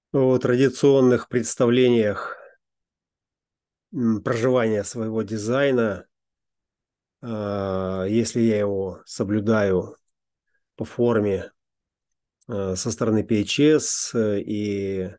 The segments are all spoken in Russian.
О традиционных представлениях проживания своего дизайна, если я его соблюдаю по форме со стороны PHS и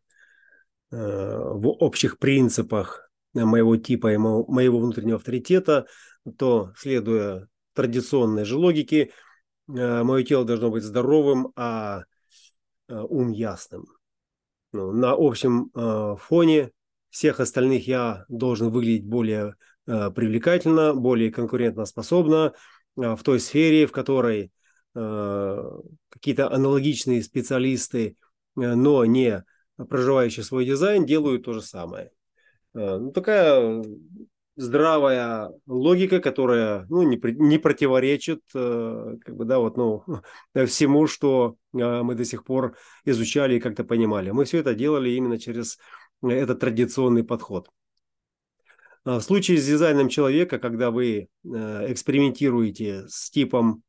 в общих принципах моего типа и моего внутреннего авторитета, то, следуя традиционной же логике, мое тело должно быть здоровым, а ум ясным. Ну, на общем фоне всех остальных я должен выглядеть более привлекательно, более конкурентоспособно в той сфере, в которой э, какие-то аналогичные специалисты, но не проживающие свой дизайн, делают то же самое. Ну, такая здравая логика, которая ну, не противоречит как бы, да, вот, ну, всему, что мы до сих пор изучали и как-то понимали. Мы все это делали именно через этот традиционный подход. В случае с дизайном человека, когда вы экспериментируете с типом,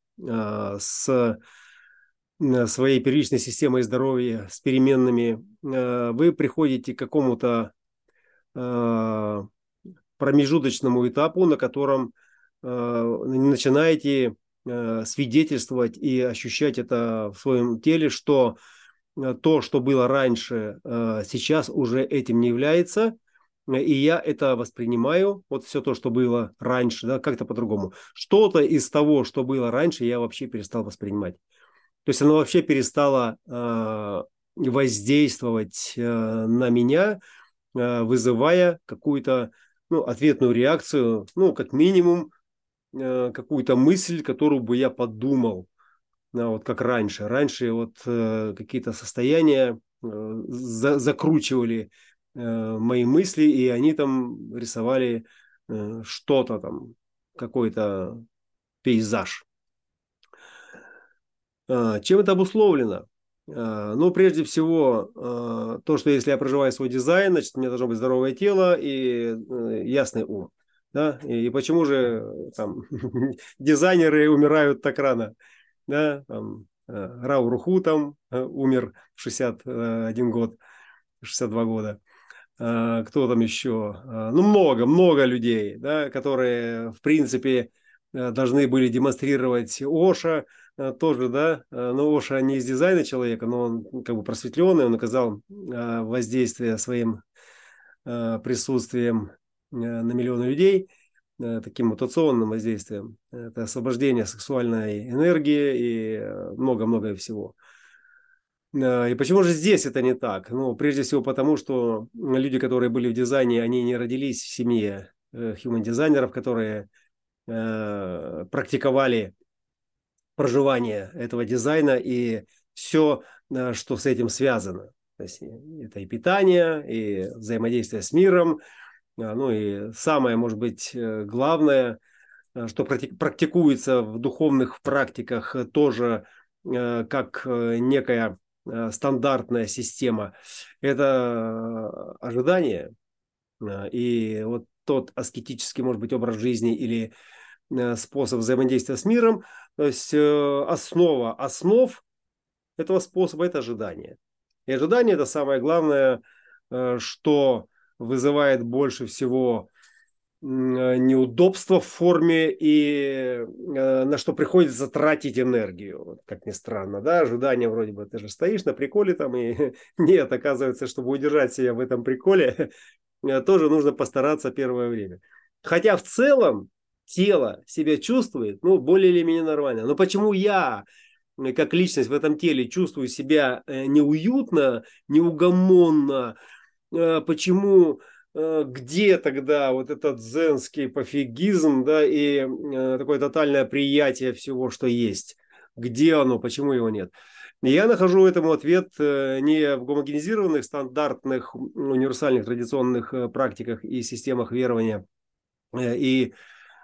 с своей первичной системой здоровья, с переменными, вы приходите к какому-то э, промежуточному этапу, на котором начинаете свидетельствовать и ощущать это в своем теле, что то, что было раньше, сейчас уже этим не является, и я это воспринимаю, вот все то, что было раньше, да, как-то по-другому. Что-то из того, что было раньше, я вообще перестал воспринимать. То есть оно вообще перестало воздействовать на меня, вызывая какую-то ну, ответную реакцию, ну, как минимум, какую-то мысль, которую бы я подумал, вот как раньше. Раньше вот какие-то состояния закручивали мои мысли, и они там рисовали что-то там, какой-то пейзаж. Чем это обусловлено? Ну, прежде всего, то, что если я проживаю свой дизайн, значит, у меня должно быть здоровое тело и ясный ум. Да? И почему же там, дизайнеры умирают так рано? Да? Там, Рау Руху там умер в 61 год, 62 года. Кто там еще? Ну, много людей, да, которые, в принципе, должны были демонстрировать Оша, тоже, да, но Оша не из дизайна человека, но он как бы просветленный, он оказал воздействие своим присутствием на миллионы людей, таким мутационным воздействием. Это освобождение сексуальной энергии и много-много всего. И почему же здесь это не так? Ну, прежде всего потому, что люди, которые были в дизайне, они не родились в семье human дизайнеров, которые практиковали проживание этого дизайна и все, что с этим связано. То есть это и питание, и взаимодействие с миром, ну и самое, может быть, главное, что практикуется в духовных практиках тоже как некая стандартная система, это ожидание. И вот тот аскетический, может быть, образ жизни или способ взаимодействия с миром, то есть основа основ этого способа – это ожидание. И ожидание – это самое главное, что вызывает больше всего неудобства в форме и на что приходится тратить энергию. Вот, как ни странно, да, ожидание вроде бы, ты же стоишь на приколе там, и нет, оказывается, чтобы удержать себя в этом приколе, тоже нужно постараться первое время. Хотя в целом тело себя чувствует, ну, более или менее нормально. Но почему я, как личность в этом теле, чувствую себя неуютно, неугомонно, почему где тогда вот этот дзенский пофигизм, да, и такое тотальное приятие всего, что есть? Где оно, почему его нет? И я нахожу этому ответ не в гомогенизированных, стандартных, универсальных, традиционных практиках и системах верования и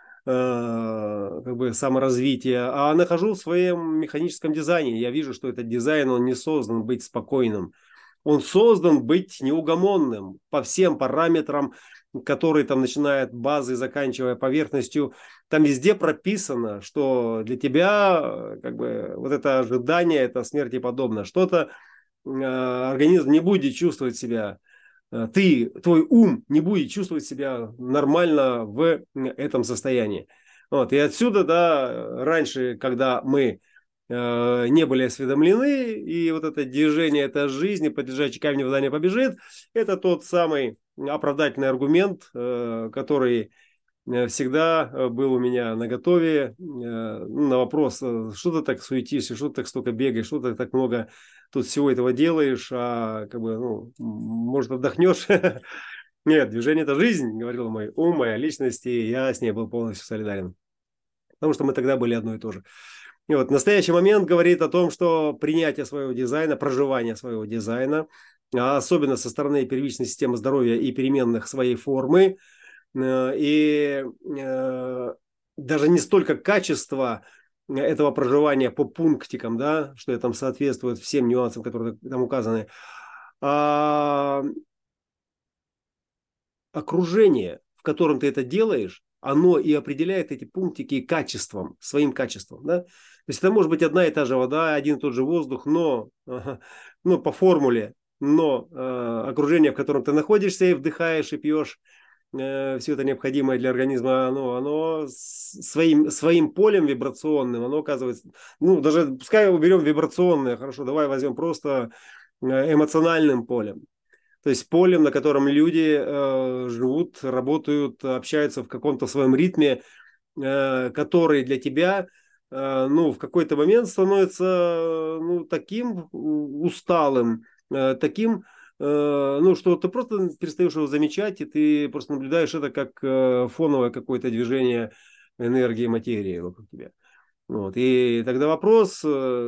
как бы саморазвития, а нахожу в своем механическом дизайне. Я вижу, что этот дизайн, он не создан быть спокойным. Он создан быть неугомонным по всем параметрам, которые там начинают базы, заканчивая поверхностью. Там везде прописано, что для тебя как бы вот это ожидание, это смерти подобно. Что-то организм не будет чувствовать себя, твой ум не будет чувствовать себя нормально в этом состоянии. Вот. И отсюда, да, раньше, когда мы не были осведомлены, и вот это движение, это жизнь, подлежащий камень вода не побежит, это тот самый оправдательный аргумент, который всегда был у меня наготове на вопрос, что ты так суетишься, что ты так столько бегаешь, что ты так много тут всего этого делаешь, а как бы, ну, может, отдохнешь? Нет, движение – это жизнь, говорил мой ум, моя личность, и я с ней был полностью солидарен. Потому что мы тогда были одно и то же. И вот настоящий момент говорит о том, что принятие своего дизайна, проживание своего дизайна, особенно со стороны первичной системы здоровья и переменных своей формы, и даже не столько качество этого проживания по пунктикам, да, что там соответствует всем нюансам, которые там указаны, а окружение, в котором ты это делаешь, оно и определяет эти пунктики качеством, своим качеством. Да? То есть это может быть одна и та же вода, один и тот же воздух, но по формуле, но окружение, в котором ты находишься и вдыхаешь, и пьешь, все это необходимое для организма, оно своим полем вибрационным, оно оказывается, ну, даже пускай уберем вибрационное, хорошо, давай возьмем просто эмоциональным полем. То есть полем, на котором люди живут, работают, общаются в каком-то своем ритме, который для тебя, ну, в какой-то момент становится, ну, таким усталым, таким, ну, что ты просто перестаешь его замечать, и ты просто наблюдаешь это как фоновое какое-то движение энергии материи вокруг тебя. Вот. И тогда вопрос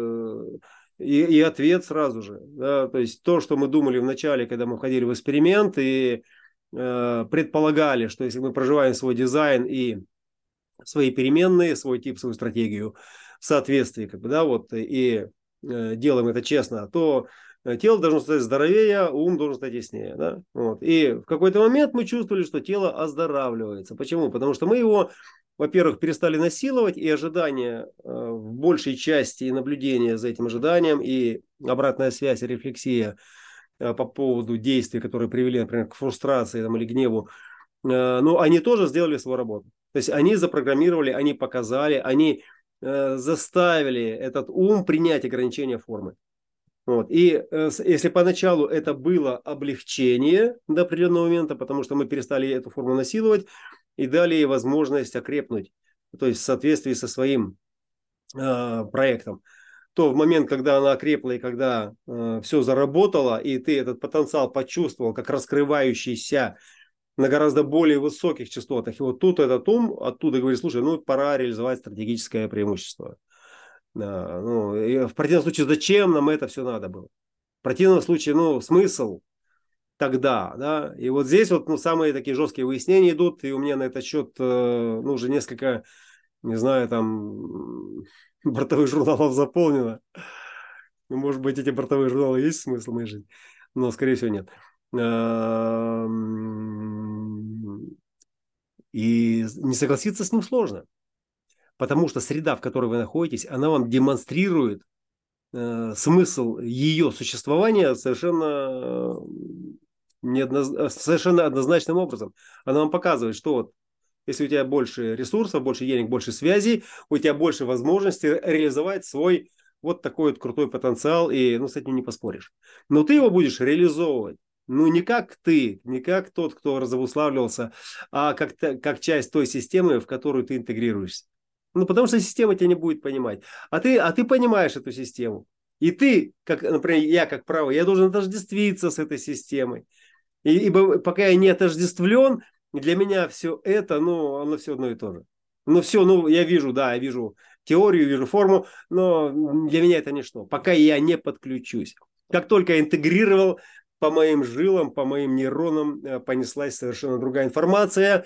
и ответ сразу же. Да? То есть то, что мы думали в начале, когда мы входили в эксперимент и предполагали, что если мы проживаем свой дизайн и свои переменные, свой тип, свою стратегию в соответствии, как бы, да, вот, и делаем это честно, то тело должно стать здоровее, ум должен стать яснее. Да? Вот. И в какой-то момент мы чувствовали, что тело оздоравливается. Почему? Потому что мы его, во-первых, перестали насиловать, и ожидания в большей части, и наблюдение за этим ожиданием, и обратная связь, и рефлексия по поводу действий, которые привели, например, к фрустрации там, или гневу, ну, они тоже сделали свою работу. То есть они запрограммировали, они показали, они заставили этот ум принять ограничения формы. Вот. И если поначалу это было облегчение до определенного момента, потому что мы перестали эту форму насиловать и дали ей возможность окрепнуть, то есть в соответствии со своим проектом, то в момент, когда она окрепла и когда все заработало, и ты этот потенциал почувствовал как раскрывающийся на гораздо более высоких частотах. И вот тут этот ум оттуда говорит, слушай, ну пора реализовать стратегическое преимущество. Да, ну, и в противном случае, зачем нам это все надо было? В противном случае, ну, смысл тогда, да. И вот здесь вот, ну, самые такие жесткие выяснения идут, и у меня на этот счет, ну, уже несколько, не знаю, там, бортовых журналов заполнено. Ну, может быть, эти бортовые журналы есть смысл в моей жизни, но, скорее всего, нет. И не согласиться с ним сложно, потому что среда, в которой вы находитесь, она вам демонстрирует смысл ее существования совершенно однозначным образом. Она вам показывает, что вот, если у тебя больше ресурсов, больше денег, больше связей, у тебя больше возможностей реализовать свой вот такой вот крутой потенциал, и ну, с этим не поспоришь. Но ты его будешь реализовывать. Ну, не как ты, не как тот, кто разобуславливался, а как часть той системы, в которую ты интегрируешься. Ну, потому что система тебя не будет понимать. А ты понимаешь эту систему. И ты, как, например, я как правый, я должен отождествиться с этой системой. Ибо пока я не отождествлен, для меня все это, ну, оно все одно и то же. Ну, все, ну, я вижу, да, я вижу теорию, вижу форму, но для меня это ничто. Пока я не подключусь. Как только я интегрировал, по моим жилам, по моим нейронам понеслась совершенно другая информация,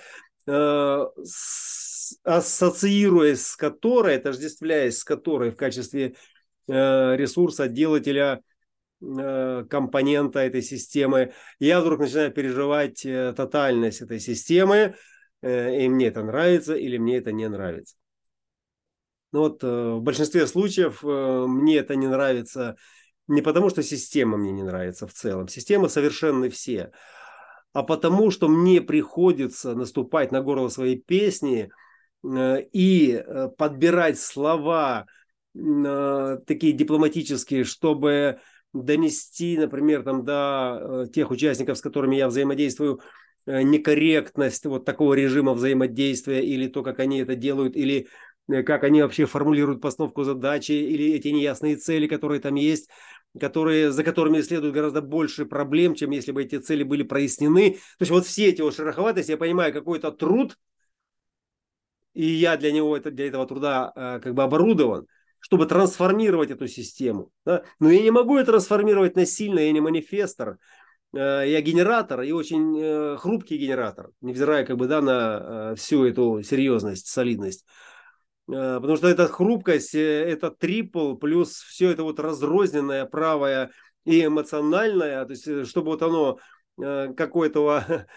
ассоциируясь с которой, отождествляясь с которой в качестве ресурса, делателя, компонента этой системы, я вдруг начинаю переживать тотальность этой системы, и мне это нравится или мне это не нравится. Ну вот в большинстве случаев мне это не нравится Не потому, что система мне не нравится в целом. Системы совершенны все. А потому, что мне приходится наступать на горло своей песни и подбирать слова такие дипломатические, чтобы донести, например, там, до тех участников, с которыми я взаимодействую, некорректность вот такого режима взаимодействия или то, как они это делают, или как они вообще формулируют постановку задачи, или эти неясные цели, которые там есть, за которыми следует гораздо больше проблем, чем если бы эти цели были прояснены. То есть вот все эти вот шероховатости, я понимаю, какой-то труд, и я для этого труда как бы оборудован, чтобы трансформировать эту систему. Да? Но я не могу ее трансформировать насильно, я не манифестор, я генератор и очень хрупкий генератор, невзирая как бы, да, на всю эту серьезность, солидность. Потому что эта хрупкость, это трипл, плюс все это вот разрозненное, правое и эмоциональное, то есть чтобы вот оно какое-то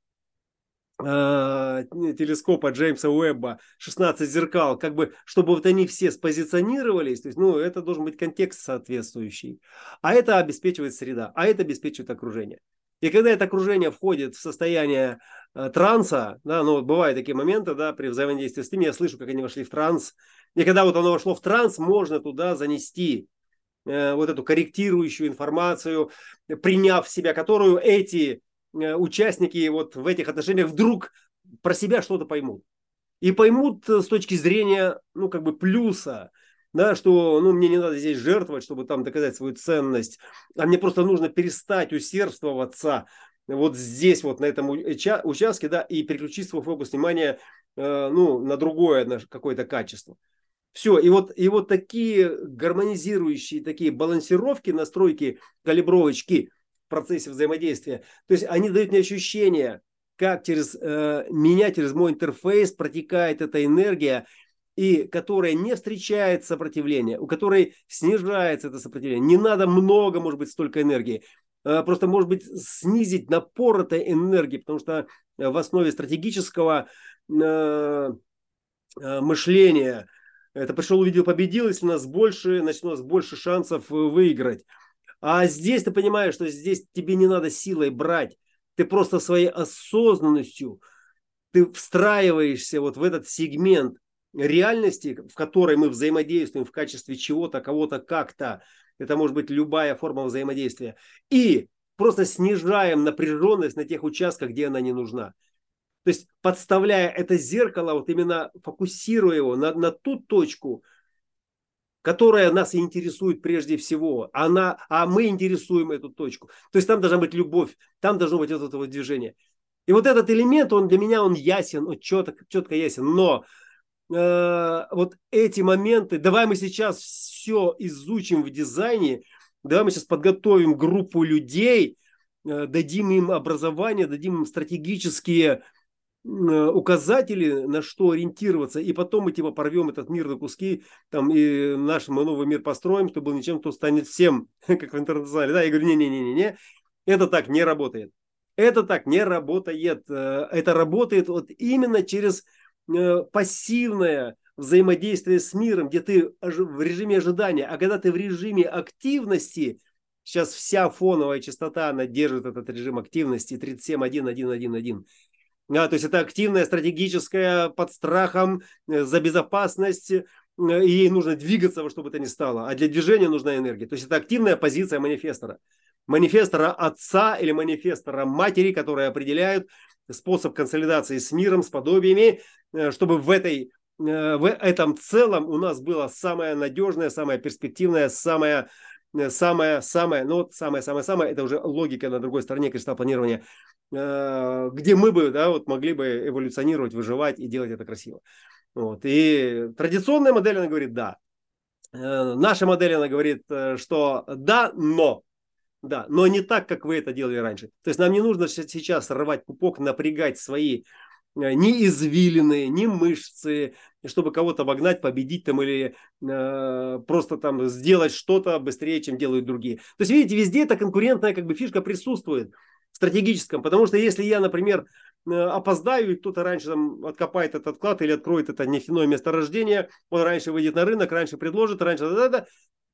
телескопа Джеймса Уэбба, 16 зеркал, как бы, чтобы вот они все спозиционировались, то есть, ну, это должен быть контекст соответствующий. А это обеспечивает среда, а это обеспечивает окружение. И когда это окружение входит в состояние транса, да, ну, бывают такие моменты, да, при взаимодействии с ними, я слышу, как они вошли в транс, и когда вот оно вошло в транс, можно туда занести вот эту корректирующую информацию, приняв в себя которую эти участники вот в этих отношениях вдруг про себя что-то поймут. И поймут с точки зрения, ну, как бы плюса, да, что, ну, мне не надо здесь жертвовать, чтобы там доказать свою ценность, а мне просто нужно перестать усердствоваться вот здесь, вот на этом участке, да, и переключить свой фокус внимания, ну, на другое, на какое-то качество. Все, и вот такие гармонизирующие, такие балансировки, настройки, калибровочки в процессе взаимодействия, то есть они дают мне ощущение, как через меня, через мой интерфейс протекает эта энергия, и которая не встречает сопротивления, у которой снижается это сопротивление. Не надо много, может быть, столько энергии. Просто, может быть, снизить напор этой энергии, потому что в основе стратегического мышления это пришел, увидел, победил, если у нас больше, значит, у нас больше шансов выиграть. А здесь ты понимаешь, что здесь тебе не надо силой брать. Ты просто своей осознанностью, ты встраиваешься вот в этот сегмент реальности, в которой мы взаимодействуем в качестве чего-то, кого-то как-то. Это может быть любая форма взаимодействия. И просто снижаем напряженность на тех участках, где она не нужна. То есть подставляя это зеркало, вот именно фокусируя его на ту точку, которая нас интересует прежде всего, а мы интересуем эту точку. То есть там должна быть любовь, там должно быть вот это вот движение. И вот этот элемент, он для меня, он ясен, он четко ясен. Но вот эти моменты, давай мы сейчас все изучим в дизайне, давай мы сейчас подготовим группу людей, дадим им образование, дадим им стратегические указатели, на что ориентироваться, и потом мы типа порвем этот мир на куски, там, и наш мы новый мир построим, кто был ничем, кто станет всем, как в интернет-зале. Да, я говорю, не-не-не-не, это так не работает. Это так не работает. Это работает вот именно через пассивное взаимодействие с миром, где ты в режиме ожидания, а когда ты в режиме активности, сейчас вся фоновая частота, она держит этот режим активности 37.1.1.1.1. То есть это активная, стратегическая, под страхом, за безопасность, и ей нужно двигаться во что бы то ни стало. А для движения нужна энергия. То есть это активная позиция манифестора. Манифестора отца или манифестора матери, которые определяют способ консолидации с миром, с подобиями, чтобы в этом целом у нас было самое надежное, самое перспективное, самое, ну вот самое, это уже логика на другой стороне кристалл планирования, где мы бы, да, вот могли бы эволюционировать, выживать и делать это красиво. Вот. И традиционная модель, она говорит да. Наша модель, она говорит, что да, но не так, как вы это делали раньше. То есть нам не нужно сейчас рвать пупок, напрягать свои ни извилины, ни мышцы, чтобы кого-то обогнать, победить там или просто там сделать что-то быстрее, чем делают другие. То есть, видите, везде эта конкурентная как бы фишка присутствует в стратегическом, потому что если я, например, опоздаю, и кто-то раньше там откопает этот клад или откроет это нефтяное месторождение, он раньше выйдет на рынок, раньше предложит, раньше...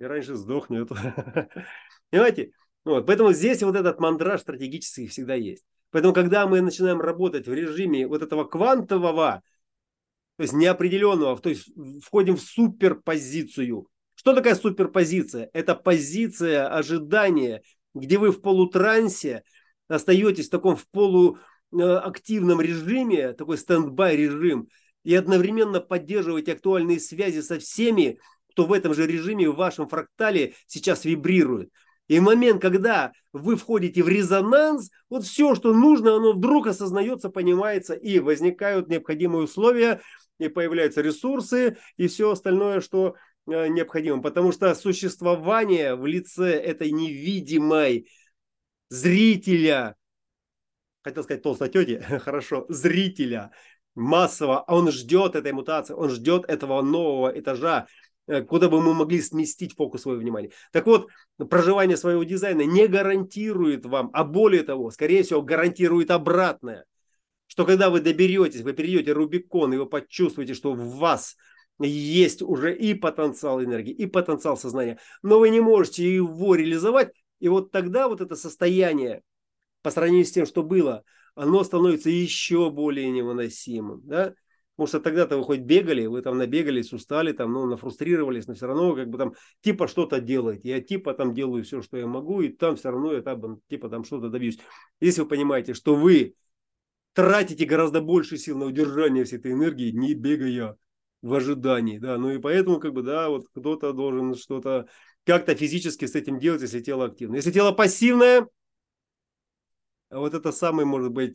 и раньше сдохнет. Понимаете? Вот. Поэтому здесь вот этот мандраж стратегический всегда есть. Поэтому, когда мы начинаем работать в режиме вот этого квантового, то есть неопределенного, то есть входим в суперпозицию. Что такое суперпозиция? Это позиция ожидания, где вы в полутрансе остаетесь в таком в полуактивном режиме, такой стендбай режим, и одновременно поддерживаете актуальные связи со всеми, кто в этом же режиме в вашем фрактале сейчас вибрирует. И в момент, когда вы входите в резонанс, вот все, что нужно, оно вдруг осознается, понимается, и возникают необходимые условия, и появляются ресурсы, и все остальное, что необходимо. Потому что существование в лице этой невидимой зрителя, хотел сказать толстой тети, хорошо, зрителя массово, он ждет этой мутации, он ждет этого нового этажа, куда бы мы могли сместить фокус своего внимания. Так вот, проживание своего дизайна не гарантирует вам, а более того, скорее всего, гарантирует обратное. Что когда вы доберетесь, вы перейдете Рубикон, и вы почувствуете, что в вас есть уже и потенциал энергии, и потенциал сознания, но вы не можете его реализовать, и вот тогда вот это состояние, по сравнению с тем, что было, оно становится еще более невыносимым. Да? Потому что тогда-то вы хоть бегали, вы там набегались, устали, там, ну, нафрустрировались, но все равно как бы там типа что-то делаете. Я типа там делаю все, что я могу, и там все равно я там, типа там что-то добьюсь. Если вы понимаете, что вы тратите гораздо больше сил на удержание всей этой энергии, не бегая в ожидании. Да? Ну и поэтому, как бы, да, вот кто-то должен что-то как-то физически с этим делать, если тело активное. Если тело пассивное, вот это самый, может быть,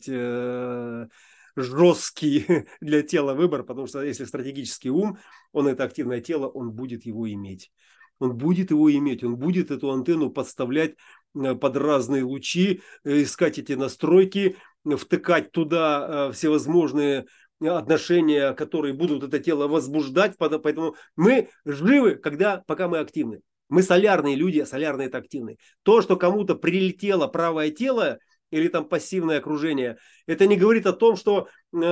жесткий для тела выбор, потому что если стратегический ум, он это активное тело, он будет его иметь. Он будет его иметь, он будет эту антенну подставлять под разные лучи, искать эти настройки, втыкать туда всевозможные отношения, которые будут это тело возбуждать. Поэтому мы живы, пока мы активны. Мы солярные люди, а солярные это активные. То, что кому-то прилетело правое тело, или там пассивное окружение, это не говорит о том, что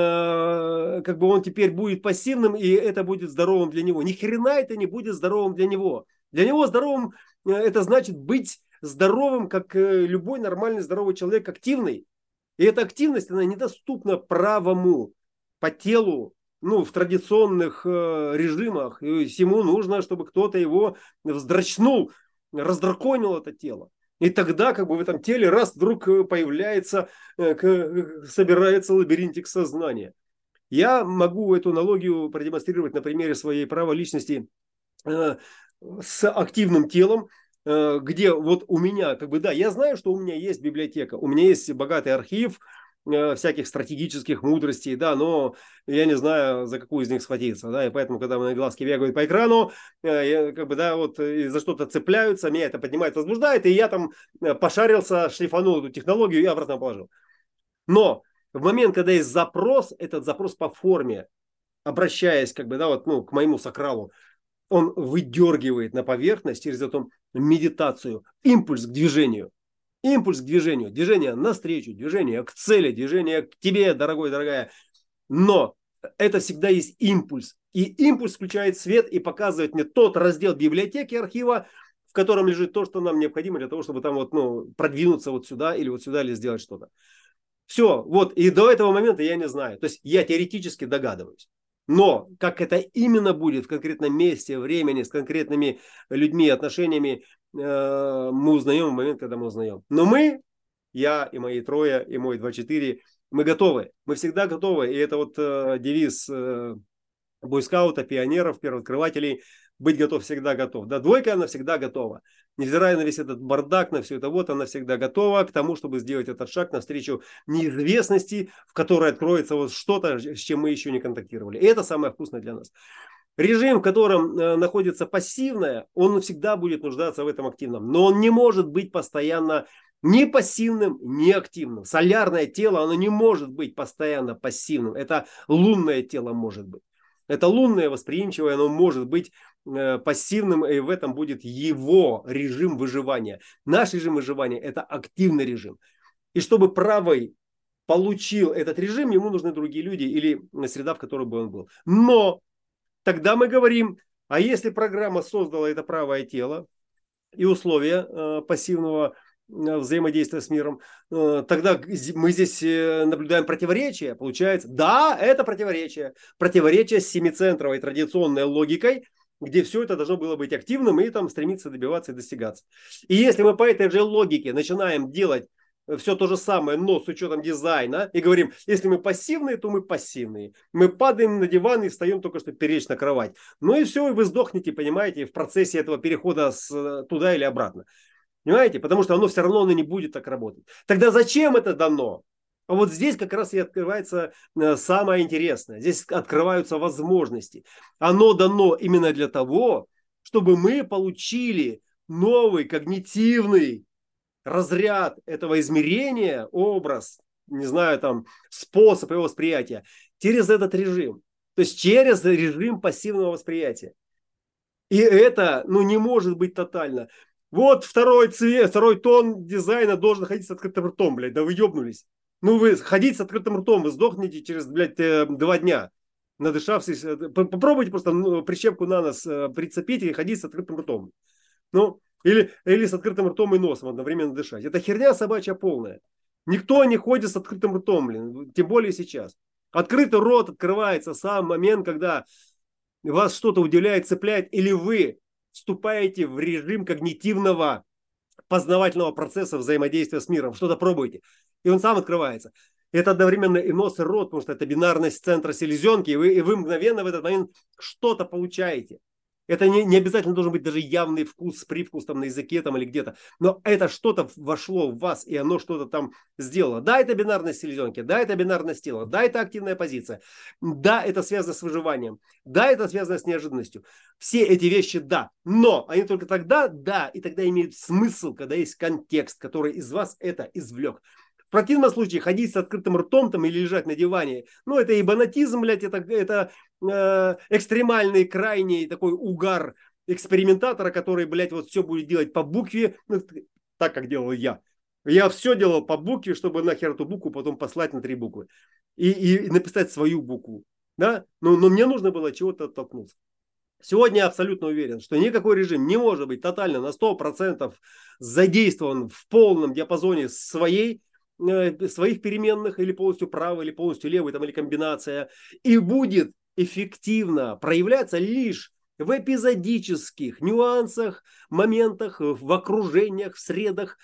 как бы он теперь будет пассивным и это будет здоровым для него. Ни хрена это не будет здоровым для него. Для него здоровым это значит быть здоровым, как любой нормальный здоровый человек, активный. И эта активность, она недоступна правому по телу, ну, в традиционных режимах. И ему нужно, чтобы кто-то его вздрачнул, раздраконил это тело. И тогда как бы в этом теле раз вдруг появляется, собирается лабиринтик сознания. Я могу эту аналогию продемонстрировать на примере своей правой личности с активным телом, где вот у меня, как бы, да, я знаю, что у меня есть библиотека, у меня есть богатый архив всяких стратегических мудростей, да, но я не знаю, за какую из них схватиться, да, и поэтому, когда мои глазки бегают по экрану, я, как бы, да, вот за что-то цепляются, меня это поднимает, возбуждает, и я там пошарился, шлифанул эту технологию и обратно положил. Но в момент, когда есть запрос, этот запрос по форме, обращаясь, как бы, да, вот, ну, к моему сакралу, он выдергивает на поверхность через эту медитацию импульс к движению. Импульс к движению. Движение навстречу, движение к цели, движение к тебе, дорогой, дорогая. Но это всегда есть импульс. И импульс включает свет и показывает мне тот раздел библиотеки архива, в котором лежит то, что нам необходимо для того, чтобы там вот, ну, продвинуться вот сюда, или сделать что-то. Все, вот, и до этого момента я не знаю. То есть я теоретически догадываюсь. Но как это именно будет в конкретном месте, времени, с конкретными людьми, отношениями, мы узнаем в момент, когда мы узнаем. Но мы, я и мои трое, и мой 2-4, мы готовы. Мы всегда готовы. И это вот девиз бойскаута, пионеров, первооткрывателей. Быть готов, всегда готов. Да, двойка, она всегда готова. Невзирая на весь этот бардак, на все это, вот она всегда готова к тому, чтобы сделать этот шаг навстречу неизвестности, в которой откроется вот что-то, с чем мы еще не контактировали. И это самое вкусное для нас. Режим, в котором находится пассивное, он всегда будет нуждаться в этом активном. Но он не может быть постоянно ни пассивным, ни активным. Солярное тело, оно не может быть постоянно пассивным. Это лунное тело может быть. Это лунное восприимчивое, оно может быть пассивным, и в этом будет его режим выживания. Наш режим выживания – это активный режим. И чтобы правый получил этот режим, ему нужны другие люди или среда, в которой бы он был. Но тогда мы говорим А если программа создала это правое тело и условия пассивного взаимодействия с миром, тогда мы здесь наблюдаем противоречие. Получается, да, это противоречие. Противоречие с семицентровой традиционной логикой, где все это должно было быть активным и там стремиться добиваться и достигаться. И если мы по этой же логике начинаем делать все то же самое, но с учетом дизайна, и говорим, если мы пассивные, то мы пассивные. Мы падаем на диван и встаем только что перечь на кровать. Ну и все, и вы сдохнете, понимаете, в процессе этого перехода туда или обратно. Понимаете? Потому что оно все равно не будет так работать. Тогда зачем это дано? А вот здесь как раз и открывается самое интересное. Здесь открываются возможности. Оно дано именно для того, чтобы мы получили новый когнитивный разряд этого измерения, образ, не знаю, там, способ его восприятия через этот режим. То есть через режим пассивного восприятия. И это, ну, не может быть тотально. Вот второй цвет, второй тон дизайна должен ходить с открытым ртом, блядь, да вы ебнулись. Ну, вы ходите с открытым ртом, вы сдохнете через, блядь, 2 дня, надышавшись. Попробуйте просто прищепку на нос прицепить и ходить с открытым ртом. Ну, или с открытым ртом и носом одновременно дышать. Это херня собачья полная. Никто не ходит с открытым ртом, блин, тем более сейчас. Открытый рот открывается в сам момент, когда вас что-то удивляет, цепляет, или вы вступаете в режим когнитивного познавательного процесса взаимодействия с миром, что-то пробуете, и он сам открывается. Это одновременно и нос, и рот, потому что это бинарность центра селезенки, и вы мгновенно в этот момент что-то получаете. Это не обязательно должен быть даже явный вкус, привкус там на языке там, или где-то. Но это что-то вошло в вас, и оно что-то там сделало. Да, это бинарность селезенки, да, это бинарность тела, да, это активная позиция, да, это связано с выживанием, да, это связано с неожиданностью. Все эти вещи да, но они только тогда да, и тогда имеют смысл, когда есть контекст, который из вас это извлек. В противном случае ходить с открытым ртом там или лежать на диване, ну это и банатизм, блядь, это экстремальный, крайний такой угар экспериментатора, который, блядь, вот все будет делать по букве, ну, так, как делал я. Я все делал по букве, чтобы нахер эту букву потом послать на 3 буквы. И написать свою букву. Да? Но мне нужно было чего-то оттолкнуться. Сегодня я абсолютно уверен, что никакой режим не может быть тотально на 100% задействован в полном диапазоне своих переменных, или полностью правый, или полностью левый, там, или комбинация, и будет эффективно проявляться лишь в эпизодических нюансах, моментах, в окружениях, в средах,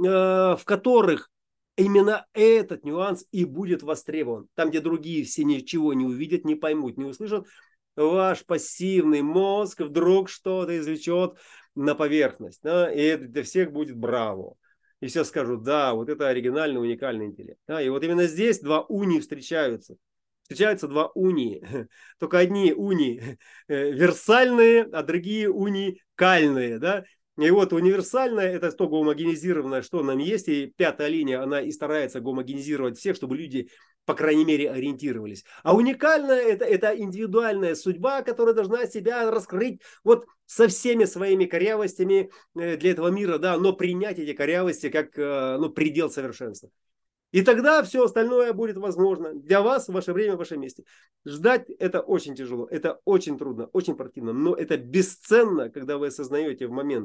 в которых именно этот нюанс и будет востребован. Там, где другие все ничего не увидят, не поймут, не услышат, ваш пассивный мозг вдруг что-то извлечет на поверхность. Да, и это для всех будет браво. И все скажут, да, вот это оригинальный, уникальный интеллект. Да, и вот именно здесь 2 унии встречаются. Встречаются 2 унии. Только одни унии версальные, а другие уникальные. Да? И вот универсальная, это то гомогенизированное, что нам есть. И 5-я линия, она и старается гомогенизировать всех, чтобы люди, по крайней мере, ориентировались. А уникальная, это индивидуальная судьба, которая должна себя раскрыть вот со всеми своими корявостями для этого мира, да, но принять эти корявости как ну, предел совершенства. И тогда все остальное будет возможно для вас в ваше время, в вашем месте. Ждать это очень тяжело, это очень трудно, очень противно, но это бесценно, когда вы осознаете в момент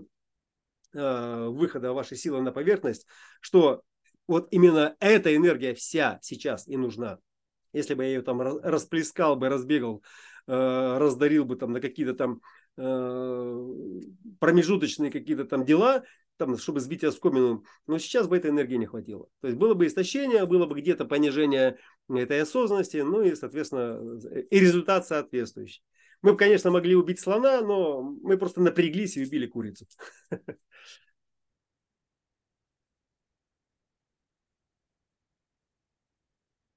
выхода вашей силы на поверхность, что вот именно эта энергия вся сейчас и нужна. Если бы я ее там расплескал бы, разбегал, раздарил бы там на какие-то там промежуточные какие-то там дела, там, чтобы сбить оскомину, но сейчас бы этой энергии не хватило. То есть было бы истощение, было бы где-то понижение этой осознанности, ну и, соответственно, и результат соответствующий. Мы бы, конечно, могли убить слона, но мы просто напряглись и убили курицу.